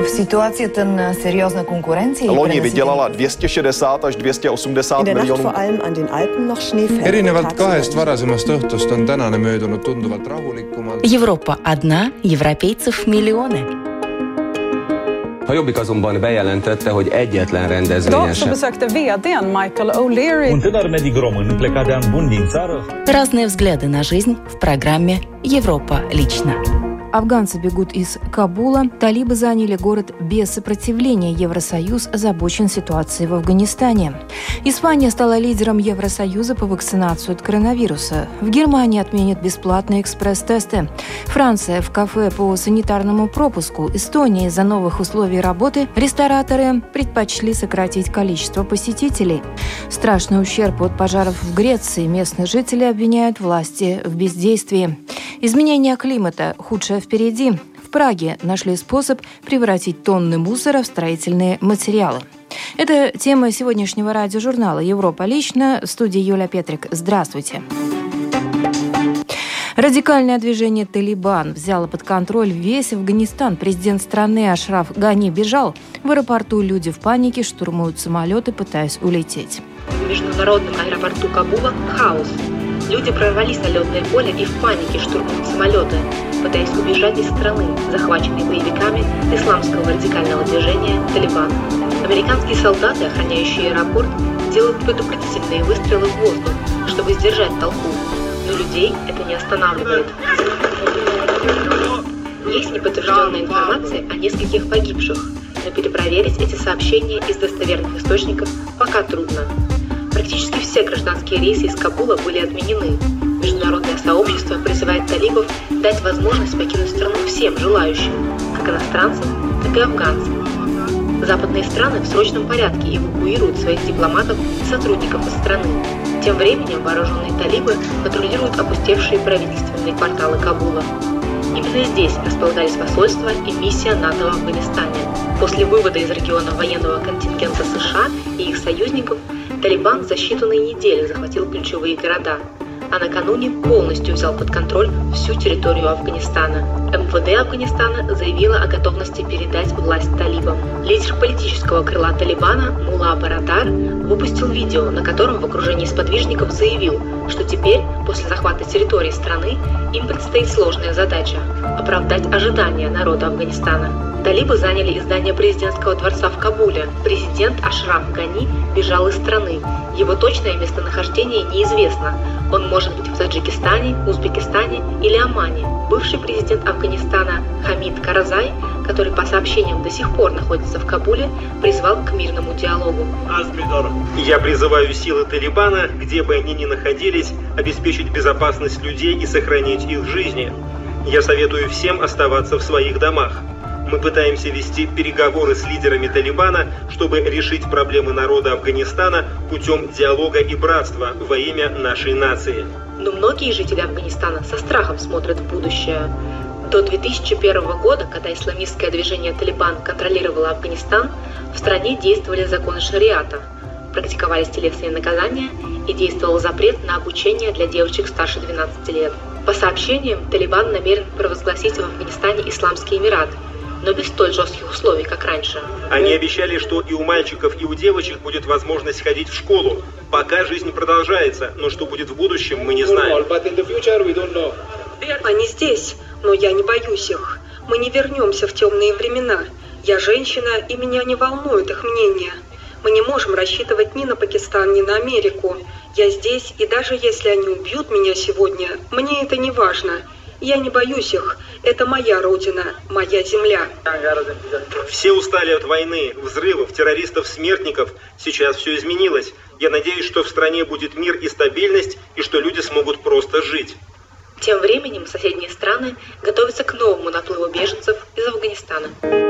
V situacii ten seriózna konkurencija. Loni vydělala 260 až 280 miljonů. Erinevalt kahest varasemast õhtust on tänane möödunud tunduvalt rahulikumalt. Европа одна, европейцев миллионы. A Jobbik azonban bejelentette, hogy egyetlen rendezvényen sem. Besökte VD:n Michael O'Leary. Un tânăr medic român plecat de an bun din țară. Разные взгляды на жизнь в программе «Европа лично». Афганцы бегут из Кабула. Талибы заняли город без сопротивления. Евросоюз озабочен ситуацией в Афганистане. Испания стала лидером Евросоюза по вакцинации от коронавируса. В Германии отменят бесплатные экспресс-тесты. Франция в кафе по санитарному пропуску. Эстония из-за новых условий работы. Рестораторы предпочли сократить количество посетителей. Страшный ущерб от пожаров в Греции. Местные жители обвиняют власти в бездействии. Изменение климата худшее впереди. В Праге нашли способ превратить тонны мусора в строительные материалы. Это тема сегодняшнего радиожурнала «Европа лично». В студии Юлия Петрик. Здравствуйте. Радикальное движение «Талибан» взяло под контроль весь Афганистан. Президент страны Ашраф Гани бежал. В аэропорту люди в панике штурмуют самолеты, пытаясь улететь. В международном аэропорту Кабула хаос. Люди прорвались на летное поле и в панике штурмуют самолеты, пытаясь убежать из страны, захваченной боевиками исламского радикального движения «Талибан». Американские солдаты, охраняющие аэропорт, делают предупредительные выстрелы в воздух, чтобы сдержать толпу. Но людей это не останавливает. Есть неподтвержденная информация о нескольких погибших, но перепроверить эти сообщения из достоверных источников пока трудно. Практически все гражданские рейсы из Кабула были отменены. Международное сообщество призывает талибов дать возможность покинуть страну всем желающим, как иностранцам, так и афганцам. Западные страны в срочном порядке эвакуируют своих дипломатов и сотрудников из страны. Тем временем вооруженные талибы патрулируют опустевшие правительственные кварталы Кабула. Именно здесь располагались посольства и миссия НАТО в Афганистане. После вывода из региона военного контингента США и их союзников Талибан за считанные недели захватил ключевые города, а накануне полностью взял под контроль всю территорию Афганистана. МВД Афганистана заявила о готовности передать власть талибам. Лидер политического крыла Талибана Мулла Барадар выпустил видео, на котором в окружении сподвижников заявил, что теперь, после захвата территории страны, им предстоит сложная задача – оправдать ожидания народа Афганистана. Талибы заняли здание президентского дворца в Кабуле. Президент Ашраф Гани бежал из страны. Его точное местонахождение неизвестно. Он может быть в Таджикистане, Узбекистане или Омане. Бывший президент Афганистана Хамид Каразай, который по сообщениям до сих пор находится в Кабуле, призвал к мирному диалогу. Я призываю силы Талибана, где бы они ни находились, обеспечить безопасность людей и сохранить их жизни. Я советую всем оставаться в своих домах. Мы пытаемся вести переговоры с лидерами Талибана, чтобы решить проблемы народа Афганистана путем диалога и братства во имя нашей нации. Но многие жители Афганистана со страхом смотрят в будущее. До 2001 года, когда исламистское движение Талибан контролировало Афганистан, в стране действовали законы шариата, практиковались телесные наказания и действовал запрет на обучение для девочек старше 12 лет. По сообщениям, Талибан намерен провозгласить в Афганистане Исламский Эмират, но без столь жестких условий, как раньше. Они обещали, что и у мальчиков, и у девочек будет возможность ходить в школу. Пока жизнь продолжается, но что будет в будущем, мы не знаем. Они здесь, но я не боюсь их. Мы не вернемся в темные времена. Я женщина, и меня не волнует их мнение. Мы не можем рассчитывать ни на Пакистан, ни на Америку. Я здесь, и даже если они убьют меня сегодня, мне это не важно. Я не боюсь их. Это моя родина, моя земля. Все устали от войны, взрывов, террористов, смертников. Сейчас все изменилось. Я надеюсь, что в стране будет мир и стабильность, и что люди смогут просто жить. Тем временем соседние страны готовятся к новому наплыву беженцев из Афганистана.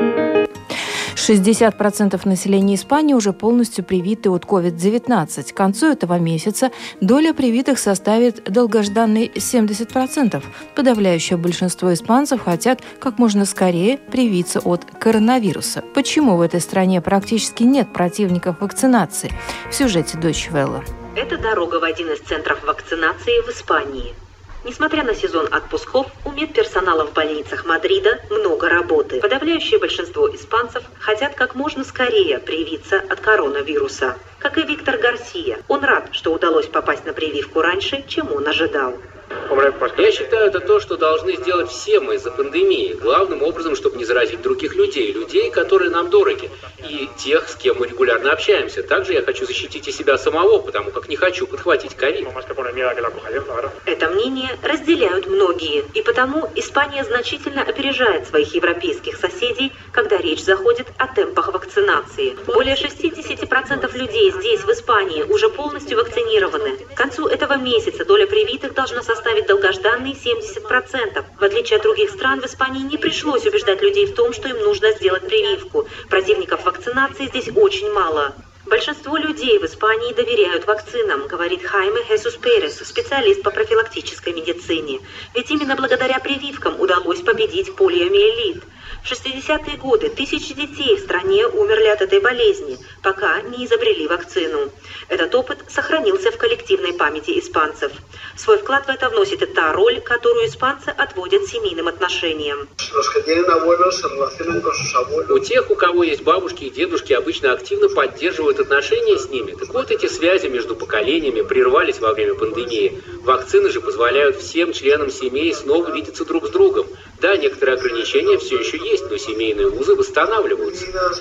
60% населения Испании уже полностью привиты от COVID-19. К концу этого месяца доля привитых составит долгожданные 70%. Подавляющее большинство испанцев хотят как можно скорее привиться от коронавируса. Почему в этой стране практически нет противников вакцинации? В сюжете Deutsche Welle. Это дорога в один из центров вакцинации в Испании. Несмотря на сезон отпусков, у медперсонала в больницах Мадрида много работы. Подавляющее большинство испанцев хотят как можно скорее привиться от коронавируса. Как и Виктор Гарсия. Он рад, что удалось попасть на прививку раньше, чем он ожидал. Я считаю, это то, что должны сделать все мы из-за пандемии. Главным образом, чтобы не заразить других людей, которые нам дороги, и тех, с кем мы регулярно общаемся. Также я хочу защитить и себя самого, потому как не хочу подхватить ковид. Это мнение разделяют многие, и потому Испания значительно опережает своих европейских соседей, когда речь заходит о темпах вакцинации. Более 60% людей здесь, в Испании, уже полностью вакцинированы. К концу этого месяца доля привитых должна составить долгожданные 70%. В отличие от других стран, в Испании не пришлось убеждать людей в том, что им нужно сделать прививку. Противников вакцинации здесь очень мало. Большинство людей в Испании доверяют вакцинам, говорит Хайме Хесус Перес, специалист по профилактической медицине. Ведь именно благодаря прививкам удалось победить полиомиелит. В 60-е годы тысячи детей в стране умерли от этой болезни, пока не изобрели вакцину. Этот опыт сохранился в коллективной памяти испанцев. Свой вклад в это вносит и та роль, которую испанцы отводят семейным отношениям. У тех, у кого есть бабушки и дедушки, обычно активно поддерживают отношения с ними. Так вот, эти связи между поколениями прервались во время пандемии. Вакцины же позволяют всем членам семей снова видеться друг с другом. Да, некоторые ограничения все еще есть, но семейные узы восстанавливаются.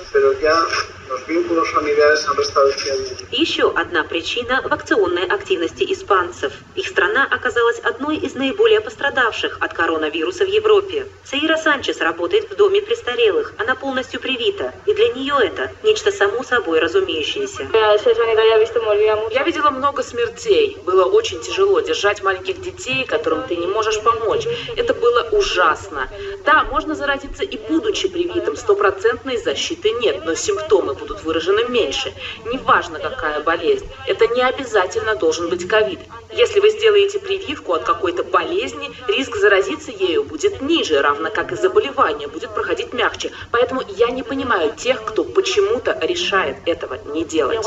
Еще одна причина – вакцинной активности испанцев. Их страна оказалась одной из наиболее пострадавших от коронавируса в Европе. Сейра Санчес работает в доме престарелых. Она полностью привита, и для нее это нечто само собой разумеющееся. Я видела много смертей. Было очень тяжело держать маленьких детей, которым ты не можешь помочь. Это было ужасно. Да, можно заразиться и будучи привитым, 100% защиты нет, но симптомы будут выражены меньше. Неважно, какая болезнь. Это не обязательно должен быть ковид. Если вы сделаете прививку от какой-то болезни, риск заразиться ею будет ниже, равно как и заболевание будет проходить мягче. Поэтому я не понимаю тех, кто почему-то решает этого не делать.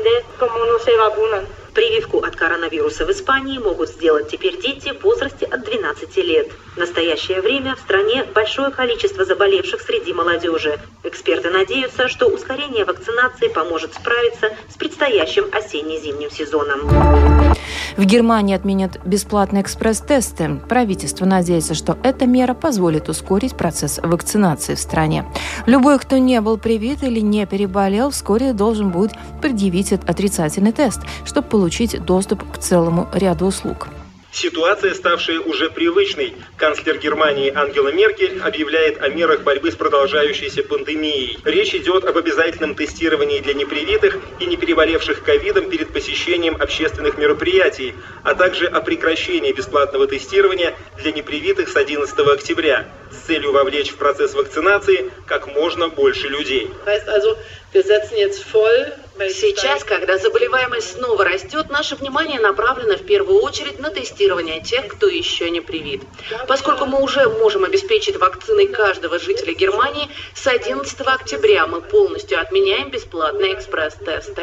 Прививку от коронавируса в Испании могут сделать теперь дети в возрасте от 12 лет. В настоящее время в стране большое количество заболевших среди молодежи. Эксперты надеются, что ускорение вакцинации поможет справиться с предстоящим осенне-зимним сезоном. В Германии отменят бесплатные экспресс-тесты. Правительство надеется, что эта мера позволит ускорить процесс вакцинации в стране. Любой, кто не был привит или не переболел, вскоре должен будет предъявить отрицательный тест, чтобы получить доступ к целому ряду услуг. Ситуация, ставшая уже привычной. Канцлер Германии Ангела Меркель объявляет о мерах борьбы с продолжающейся пандемией. Речь идет об обязательном тестировании для непривитых и не переболевших ковидом перед посещением общественных мероприятий, а также о прекращении бесплатного тестирования для непривитых с 11 октября с целью вовлечь в процесс вакцинации как можно больше людей. Сейчас, когда заболеваемость снова растет, наше внимание направлено в первую очередь на тестирование тех, кто еще не привит. Поскольку мы уже можем обеспечить вакциной каждого жителя Германии, с 11 октября мы полностью отменяем бесплатные экспресс-тесты.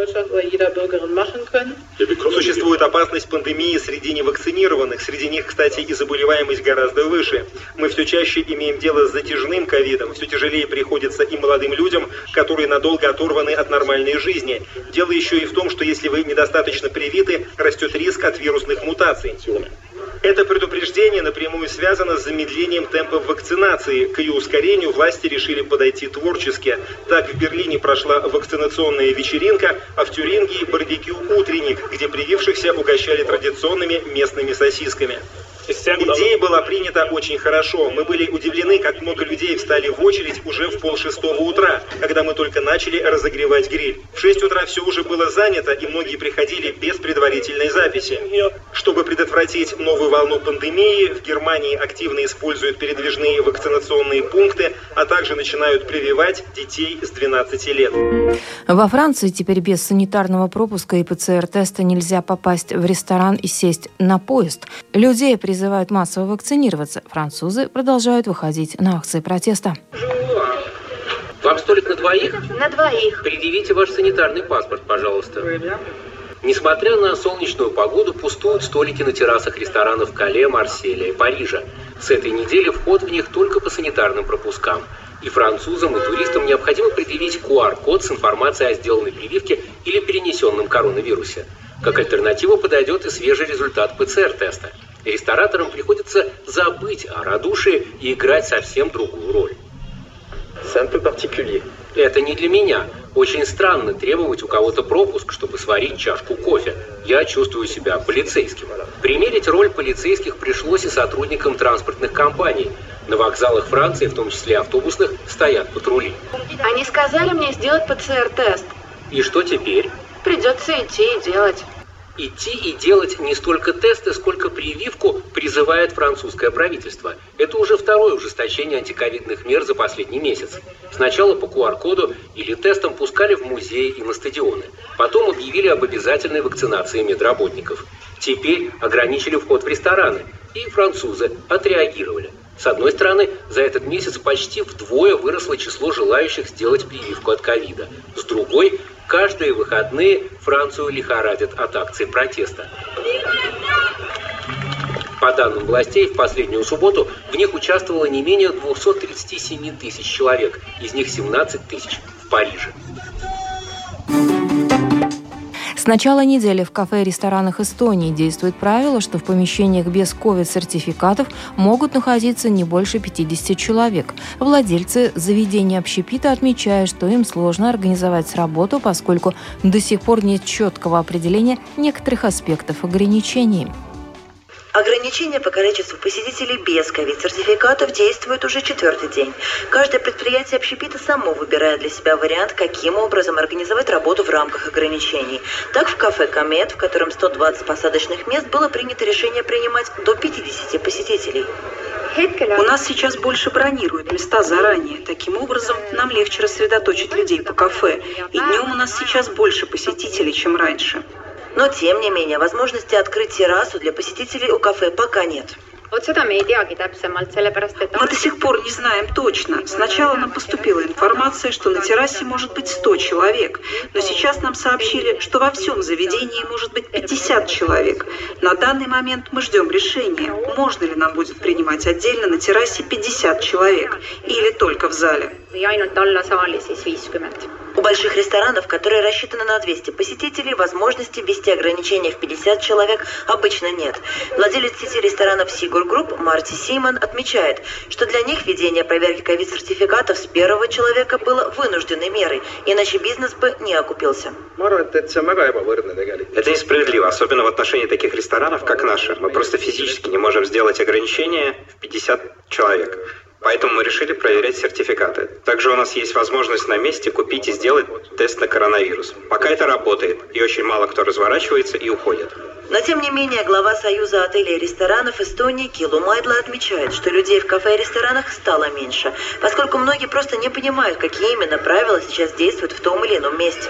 Существует опасность пандемии среди невакцинированных. Среди них, кстати, и заболеваемость гораздо выше. Мы все чаще имеем дело с затяжным ковидом. Все тяжелее приходится и молодым людям, которые надолго оторваны от нормальной жизни. Дело еще и в том, что если вы недостаточно привиты, растет риск от вирусных мутаций. Это предупреждение напрямую связано с замедлением темпов вакцинации. К ее ускорению власти решили подойти творчески. Так, в Берлине прошла вакцинационная вечеринка, а в Тюрингии барбекю-утренник, где привившихся угощали традиционными местными сосисками. Идея была принята очень хорошо. Мы были удивлены, как много людей встали в очередь уже в 5:30 утра, когда мы только начали разогревать гриль. В 6 утра все уже было занято, и многие приходили без предварительной записи. Чтобы предотвратить новую волну пандемии, в Германии активно используют передвижные вакцинационные пункты, а также начинают прививать детей с 12 лет. Во Франции теперь без санитарного пропуска и ПЦР-теста нельзя попасть в ресторан и сесть на поезд. Людей призывают массово вакцинироваться. Французы продолжают выходить на акции протеста. Вам столик на двоих? На двоих. Предъявите ваш санитарный паспорт, пожалуйста. Несмотря на солнечную погоду, пустуют столики на террасах ресторанов Кале, Марселя и Парижа. С этой недели вход в них только по санитарным пропускам. И французам, и туристам необходимо предъявить QR-код с информацией о сделанной прививке или перенесенном коронавирусе. Как альтернатива подойдет и свежий результат ПЦР-теста. Рестораторам приходится забыть о радушии и играть совсем другую роль. Это не для меня. Очень странно требовать у кого-то пропуск, чтобы сварить чашку кофе. Я чувствую себя полицейским. Примерить роль полицейских пришлось и сотрудникам транспортных компаний. На вокзалах Франции, в том числе автобусных, стоят патрули. Они сказали мне сделать ПЦР-тест. И что теперь? Придется идти и делать. Идти и делать не столько тесты, сколько прививку призывает французское правительство. Это уже второе ужесточение антиковидных мер за последний месяц. Сначала по QR-коду или тестам пускали в музеи и на стадионы. Потом объявили об обязательной вакцинации медработников. Теперь ограничили вход в рестораны. И французы отреагировали. С одной стороны, за этот месяц почти вдвое выросло число желающих сделать прививку от ковида. С другой, каждые выходные Францию лихорадят от акций протеста. По данным властей, в последнюю субботу в них участвовало не менее 237 тысяч человек, из них 17 тысяч в Париже. С начала недели в кафе и ресторанах Эстонии действует правило, что в помещениях без ковид-сертификатов могут находиться не больше 50 человек. Владельцы заведения общепита отмечают, что им сложно организовать работу, поскольку до сих пор нет четкого определения некоторых аспектов ограничений. Ограничения по количеству посетителей без ковид-сертификатов действуют уже 4-й день. Каждое предприятие общепита само выбирает для себя вариант, каким образом организовать работу в рамках ограничений. Так, в кафе «Комет», в котором 120 посадочных мест, было принято решение принимать до 50 посетителей. У нас сейчас больше бронируют места заранее. Таким образом, нам легче рассредоточить людей по кафе. И днем у нас сейчас больше посетителей, чем раньше. Но, тем не менее, возможности открыть террасу для посетителей у кафе пока нет. Мы до сих пор не знаем точно. Сначала нам поступила информация, что на террасе может быть 100 человек. Но сейчас нам сообщили, что во всем заведении может быть 50 человек. На данный момент мы ждем решения, можно ли нам будет принимать отдельно на террасе 50 человек или только в зале. У больших ресторанов, которые рассчитаны на 200 посетителей, возможности ввести ограничения в 50 человек обычно нет. Владелец сети ресторанов «Сигур Групп» Марти Симон отмечает, что для них введение проверки ковид-сертификатов с первого человека было вынужденной мерой, иначе бизнес бы не окупился. Это несправедливо, особенно в отношении таких ресторанов, как наши. Мы просто физически не можем сделать ограничения в 50 человек. Поэтому мы решили проверять сертификаты. Также у нас есть возможность на месте купить и сделать тест на коронавирус. Пока это работает, и очень мало кто разворачивается и уходит. Но, тем не менее, глава Союза отелей и ресторанов Эстонии Килу Майдла отмечает, что людей в кафе и ресторанах стало меньше, поскольку многие просто не понимают, какие именно правила сейчас действуют в том или ином месте.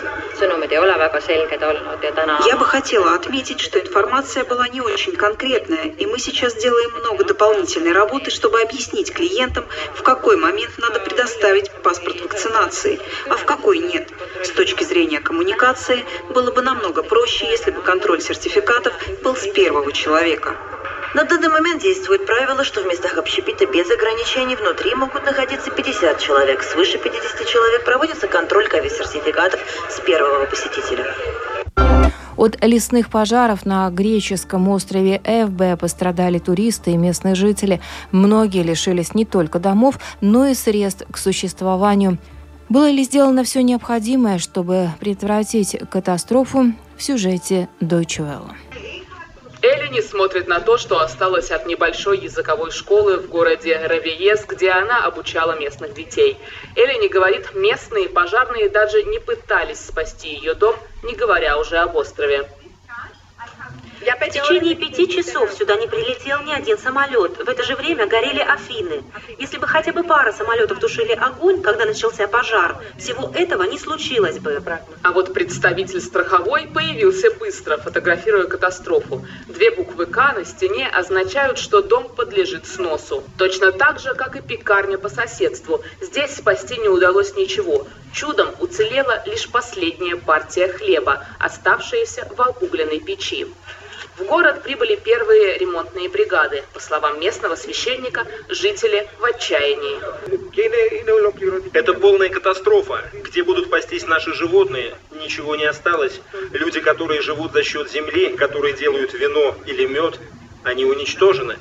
Я бы хотела отметить, что информация была не очень конкретная, и мы сейчас делаем много дополнительной работы, чтобы объяснить клиентам, в какой момент надо предоставить паспорт вакцинации, а в какой нет. С точки зрения коммуникации было бы намного проще, если бы контроль сертификатов был с первого человека. На данный момент действует правило, что в местах общепита без ограничений внутри могут находиться 50 человек. Свыше 50 человек проводится контроль ковид-сертификатов с первого посетителя. От лесных пожаров на греческом острове Эвбе пострадали туристы и местные жители. Многие лишились не только домов, но и средств к существованию. Было ли сделано все необходимое, чтобы предотвратить катастрофу, в сюжете Deutsche Welle. Элени смотрит на то, что осталось от небольшой языковой школы в городе Равиес, где она обучала местных детей. Элени говорит, местные пожарные даже не пытались спасти ее дом, не говоря уже об острове. В течение 5 часов сюда не прилетел ни один самолет. В это же время горели Афины. Если бы хотя бы пара самолетов тушили огонь, когда начался пожар, всего этого не случилось бы. А вот представитель страховой появился быстро, фотографируя катастрофу. 2 буквы «К» на стене означают, что дом подлежит сносу. Точно так же, как и пекарня по соседству. Здесь спасти не удалось ничего. Чудом уцелела лишь последняя партия хлеба, оставшаяся в обугленной печи. В город прибыли первые ремонтные бригады. По словам местного священника, жители в отчаянии. Это полная катастрофа. Где будут пастись наши животные, ничего не осталось. Люди, которые живут за счет земли, которые делают вино или мед, они уничтожены.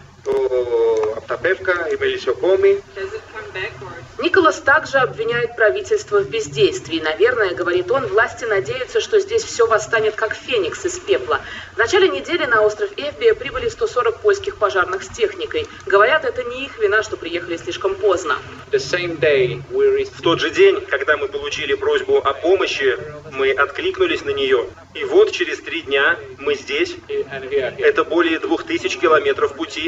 Николас также обвиняет правительство в бездействии. Наверное, говорит он, власти надеются, что здесь все восстанет как феникс из пепла. В начале недели на остров Эвбия прибыли 140 польских пожарных с техникой. Говорят, это не их вина, что приехали слишком поздно. В тот же день, когда мы получили просьбу о помощи, мы откликнулись на нее. И вот через 3 дня мы здесь. Это более 2000 километров пути.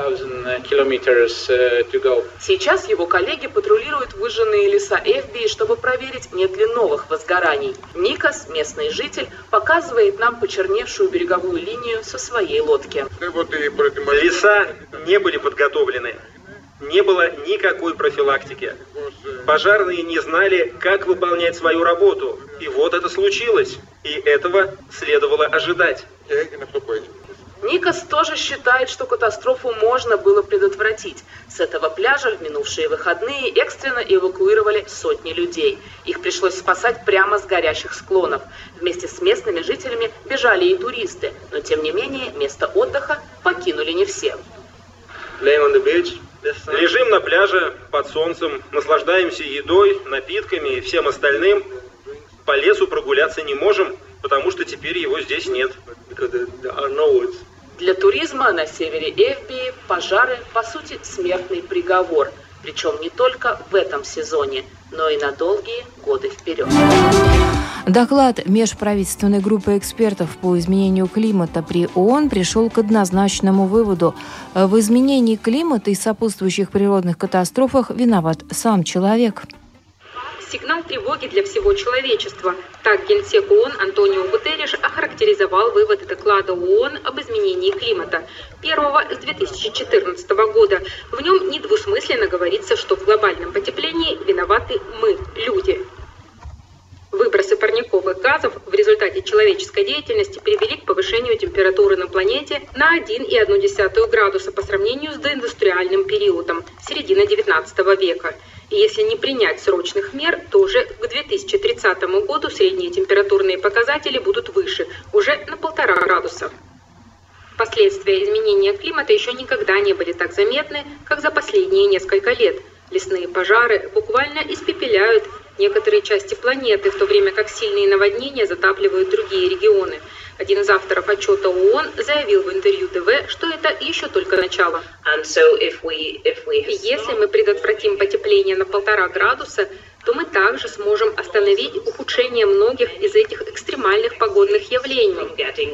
Сейчас его коллеги патрулируют выжженные леса Эвбии, чтобы проверить, нет ли новых возгораний. Никос, местный житель, показывает нам почерневшую береговую линию со своей лодки. Леса не были подготовлены. Не было никакой профилактики. Пожарные не знали, как выполнять свою работу. И вот это случилось. И этого следовало ожидать. Никос тоже считает, что катастрофу можно было предотвратить. С этого пляжа в минувшие выходные экстренно эвакуировали сотни людей. Их пришлось спасать прямо с горящих склонов. Вместе с местными жителями бежали и туристы. Но тем не менее, место отдыха покинули не все. Лежим на пляже под солнцем, наслаждаемся едой, напитками и всем остальным. По лесу прогуляться не можем, потому что теперь его здесь нет. Для туризма на севере Эвбии пожары, по сути, смертный приговор. Причем не только в этом сезоне, но и на долгие годы вперед. Доклад межправительственной группы экспертов по изменению климата при ООН пришел к однозначному выводу. В изменении климата и сопутствующих природных катастрофах виноват сам человек. Сигнал тревоги для всего человечества. Так генсек ООН Антонио Гутерриш охарактеризовал выводы доклада ООН об изменении климата, первого с 2014 года. В нем недвусмысленно говорится, что в глобальном потеплении виноваты мы, люди. Выбросы парниковых газов в результате человеческой деятельности привели к повышению температуры на планете на 1,1 градуса по сравнению с доиндустриальным периодом, середины XIX века. И если не принять срочных мер, то уже к 2030 году средние температурные показатели будут выше, уже на 1,5 градуса. Последствия изменения климата еще никогда не были так заметны, как за последние несколько лет. Лесные пожары буквально испепеляют некоторые части планеты, в то время как сильные наводнения затапливают другие регионы. Один из авторов отчета ООН заявил в интервью ТВ, что это еще только начало. Если мы предотвратим потепление на 1,5 градуса, то мы также сможем остановить ухудшение многих из этих экстремальных погодных явлений.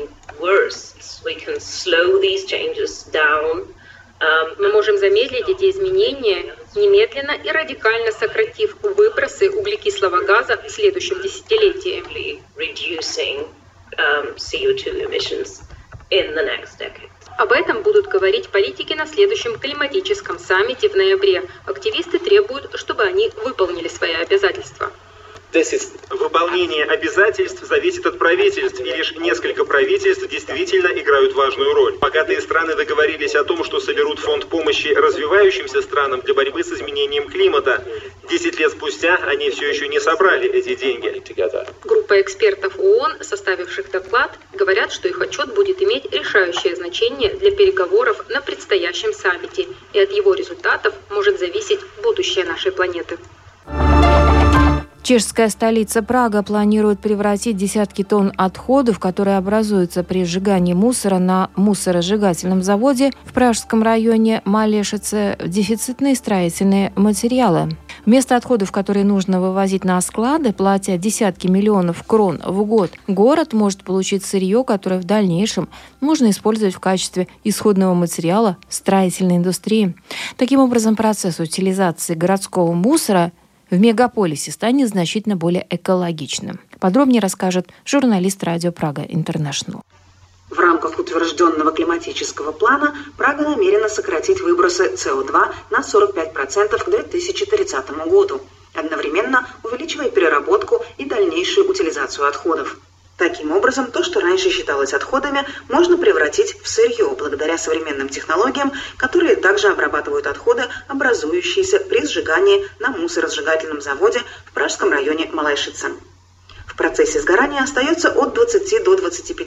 Мы можем замедлить эти изменения, немедленно и радикально сократив выбросы углекислого газа в следующем десятилетии. Об этом будут говорить политики на следующем климатическом саммите в ноябре. Активисты требуют, чтобы они выполнили свои обязательства. Выполнение обязательств зависит от правительств, и лишь несколько правительств действительно играют важную роль. Богатые страны договорились о том, что соберут фонд помощи развивающимся странам для борьбы с изменением климата. 10 лет спустя они все еще не собрали эти деньги. Группа экспертов ООН, составивших доклад, говорят, что их отчет будет иметь решающее значение для переговоров на предстоящем саммите, и от его результатов может зависеть будущее нашей планеты. Чешская столица Прага планирует превратить десятки тонн отходов, которые образуются при сжигании мусора на мусоросжигательном заводе в пражском районе Малешице, в дефицитные строительные материалы. Вместо отходов, которые нужно вывозить на склады, платя десятки миллионов крон в год, город может получить сырье, которое в дальнейшем можно использовать в качестве исходного материала строительной индустрии. Таким образом, процесс утилизации городского мусора в мегаполисе станет значительно более экологичным. Подробнее расскажет журналист радио Прага Интернешнл. В рамках утвержденного климатического плана Прага намерена сократить выбросы СО2 на 45% к 2030 году. одновременно увеличивая переработку и дальнейшую утилизацию отходов. Таким образом, то, что раньше считалось отходами, можно превратить в сырье благодаря современным технологиям, которые также обрабатывают отходы, образующиеся при сжигании на мусоросжигательном заводе в пражском районе Малайшица. В процессе сгорания остается от 20 до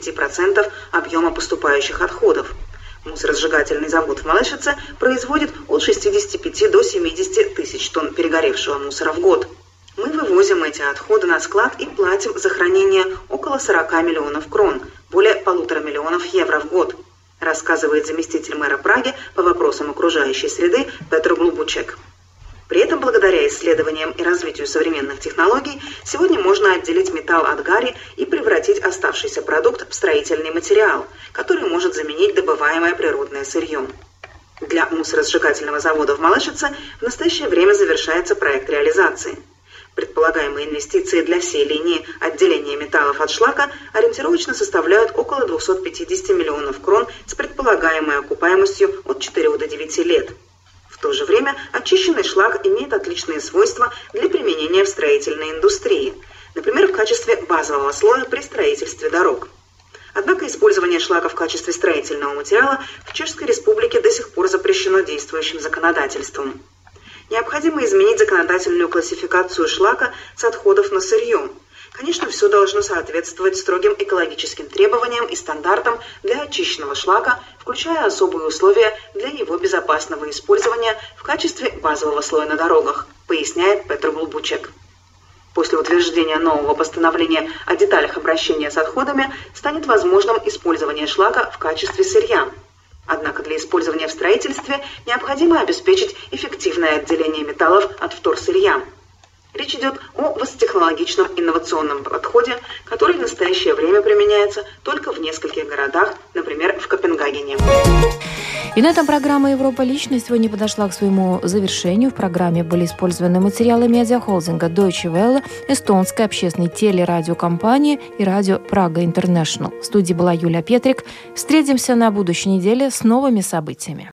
25% объема поступающих отходов. Мусоросжигательный завод в Малайшице производит от 65 до 70 тысяч тонн перегоревшего мусора в год. Мы вывозим эти отходы на склад и платим за хранение около 40 миллионов крон, более 1,5 миллионов евро в год, рассказывает заместитель мэра Праги по вопросам окружающей среды Петр Глубучек. При этом, благодаря исследованиям и развитию современных технологий, сегодня можно отделить металл от гари и превратить оставшийся продукт в строительный материал, который может заменить добываемое природное сырье. Для мусоросжигательного завода в Малайшице в настоящее время завершается проект реализации. Предполагаемые инвестиции для всей линии отделения металлов от шлака ориентировочно составляют около 250 миллионов крон с предполагаемой окупаемостью от 4 до 9 лет. В то же время очищенный шлак имеет отличные свойства для применения в строительной индустрии, например, в качестве базового слоя при строительстве дорог. Однако использование шлака в качестве строительного материала в Чешской Республике до сих пор запрещено действующим законодательством. Необходимо изменить законодательную классификацию шлака с отходов на сырье. Конечно, все должно соответствовать строгим экологическим требованиям и стандартам для очищенного шлака, включая особые условия для его безопасного использования в качестве базового слоя на дорогах, поясняет Петр Глубучек. После утверждения нового постановления о деталях обращения с отходами станет возможным использование шлака в качестве сырья. Однако для использования в строительстве необходимо обеспечить эффективное отделение металлов от вторсырья. Речь идет о высокотехнологичном инновационном подходе, который в настоящее время применяется только в нескольких городах, например, в Копенгагене. И на этом программа «Европа. Личность» сегодня подошла к своему завершению. В программе были использованы материалы медиахолдинга Deutsche Welle, эстонской общественной телерадиокомпании и радио Прага Интернешнл. В студии была Юлия Петрик. Встретимся на будущей неделе с новыми событиями.